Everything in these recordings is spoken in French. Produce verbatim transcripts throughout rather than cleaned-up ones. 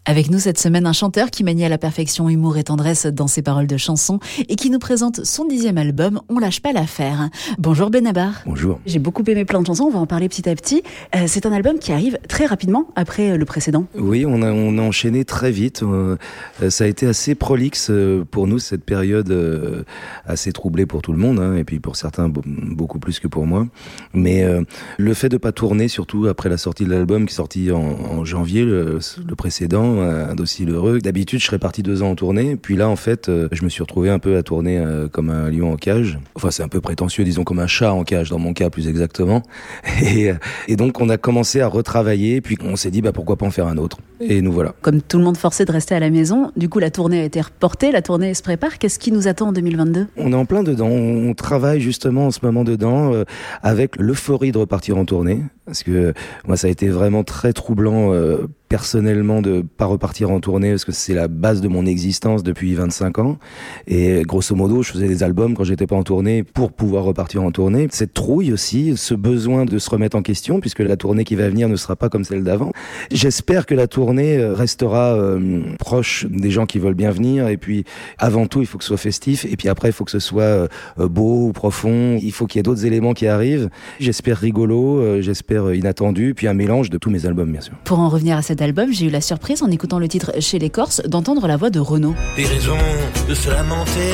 Avec nous cette semaine, un chanteur qui manie à la perfection humour et tendresse dans ses paroles de chansons et qui nous présente son dixième album, On lâche pas l'affaire. Bonjour Benabar. Bonjour. J'ai beaucoup aimé plein de chansons, on va en parler petit à petit. Euh, c'est un album qui arrive très rapidement après le précédent. Oui, on a, on a enchaîné très vite. Euh, ça a été assez prolixe pour nous, cette période euh, assez troublée pour tout le monde, hein, et puis pour certains beaucoup plus que pour moi. Mais euh, le fait de pas tourner, surtout après la sortie de l'album qui est sorti en, en janvier, le, le précédent, Un dossier heureux. D'habitude, je serais parti deux ans en tournée. Puis là, en fait, euh, je me suis retrouvé un peu à tourner euh, comme un lion en cage. Enfin, c'est un peu prétentieux, disons comme un chat en cage, dans mon cas plus exactement. Et, et donc, on a commencé à retravailler. Puis on s'est dit, bah pourquoi pas en faire un autre. Et nous voilà. Comme tout le monde forcé de rester à la maison, du coup, la tournée a été reportée. La tournée se prépare. Qu'est-ce qui nous attend en deux mille vingt-deux ? On est en plein dedans. On travaille justement en ce moment dedans euh, avec l'euphorie de repartir en tournée. Parce que moi, ça a été vraiment très troublant euh, personnellement de pas repartir en tournée parce que c'est la base de mon existence depuis vingt-cinq ans. Et grosso modo, je faisais des albums quand j'étais pas en tournée pour pouvoir repartir en tournée. Cette trouille aussi, ce besoin de se remettre en question puisque la tournée qui va venir ne sera pas comme celle d'avant. J'espère que la tournée restera euh, proche des gens qui veulent bien venir. Et puis, avant tout, il faut que ce soit festif. Et puis après, il faut que ce soit euh, beau ou profond. Il faut qu'il y ait d'autres éléments qui arrivent. J'espère rigolo, euh, j'espère inattendu, puis un mélange de tous mes albums, bien sûr. Pour en revenir à cet album, j'ai eu la surprise, en écoutant le titre Chez les Corses, d'entendre la voix de Renaud. Des raisons de se lamenter,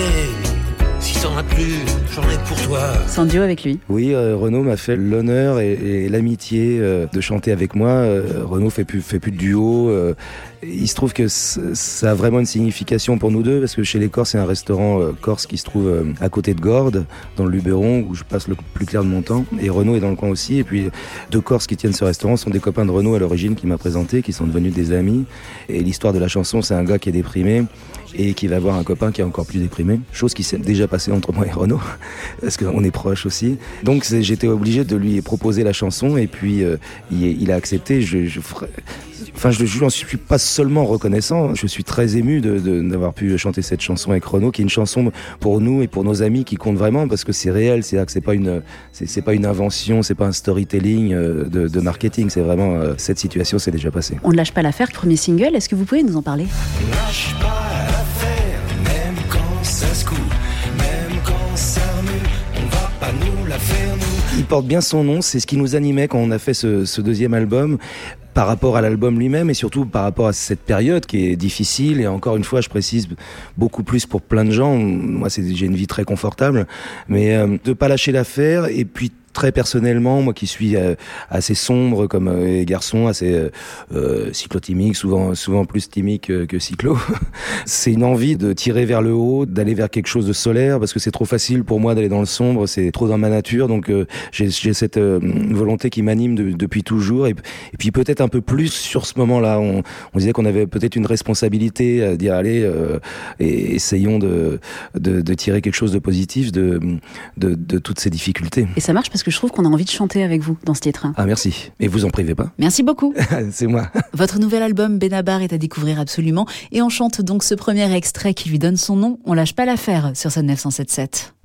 si t'en as plus, j'en ai pour toi. C'est en duo avec lui. Oui, euh, Renaud m'a fait l'honneur et, et l'amitié euh, de chanter avec moi. Euh, Renaud fait plus, fait plus de duo. Euh, il se trouve que ça a vraiment une signification pour nous deux, parce que Chez les Corses, c'est un restaurant euh, corse qui se trouve euh, à côté de Gordes, dans le Luberon, où je passe le plus clair de mon temps. Et Renaud est dans le coin aussi. Et puis, deux Corses qui tiennent ce restaurant sont des copains de Renaud à l'origine qui m'a présenté, qui sont devenus des amis. Et l'histoire de la chanson, c'est un gars qui est déprimé et qui va voir un copain qui est encore plus déprimé. Chose qui s'est déjà passée entre moi et Renaud, parce qu'on est proches aussi. Donc j'étais obligé de lui proposer la chanson, et puis euh, il, il a accepté. Je, je ferai... Enfin, je n'en suis pas seulement reconnaissant, je suis très ému de, de, d'avoir pu chanter cette chanson avec Renaud, qui est une chanson pour nous et pour nos amis qui compte vraiment, parce que c'est réel, c'est-à-dire que c'est pas une, c'est, c'est pas une invention, c'est pas un storytelling de, de marketing, c'est vraiment, euh, cette situation s'est déjà passée. On ne lâche pas l'affaire, premier single, est-ce que vous pouvez nous en parler ? Lâche pas l'affaire, même quand ça se coule, même quand ça remue, on va pas nous la faire nous. Il porte bien son nom, c'est ce qui nous animait quand on a fait ce, ce deuxième album, par rapport à l'album lui-même et surtout par rapport à cette période qui est difficile. Et encore une fois, je précise, beaucoup plus pour plein de gens. Moi, c'est, j'ai une vie très confortable, mais euh, de pas lâcher l'affaire. Et puis très personnellement, moi qui suis euh, assez sombre comme euh, garçon, assez euh, euh, cyclotimique, souvent souvent plus timique que, que cyclo, c'est une envie de tirer vers le haut, d'aller vers quelque chose de solaire, parce que c'est trop facile pour moi d'aller dans le sombre, c'est trop dans ma nature. Donc euh, j'ai, j'ai cette euh, volonté qui m'anime de, depuis toujours. Et, et puis peut-être un peu plus sur ce moment-là. On, on disait qu'on avait peut-être une responsabilité à dire allez, euh, et essayons de, de, de tirer quelque chose de positif de, de, de toutes ces difficultés. Et ça marche parce que je trouve qu'on a envie de chanter avec vous dans ce titre. Ah merci. Et vous en privez pas. Merci beaucoup. C'est moi. Votre nouvel album Benabar est à découvrir absolument, et on chante donc ce premier extrait qui lui donne son nom, On lâche pas l'affaire, sur Sun neuf cent sept sept.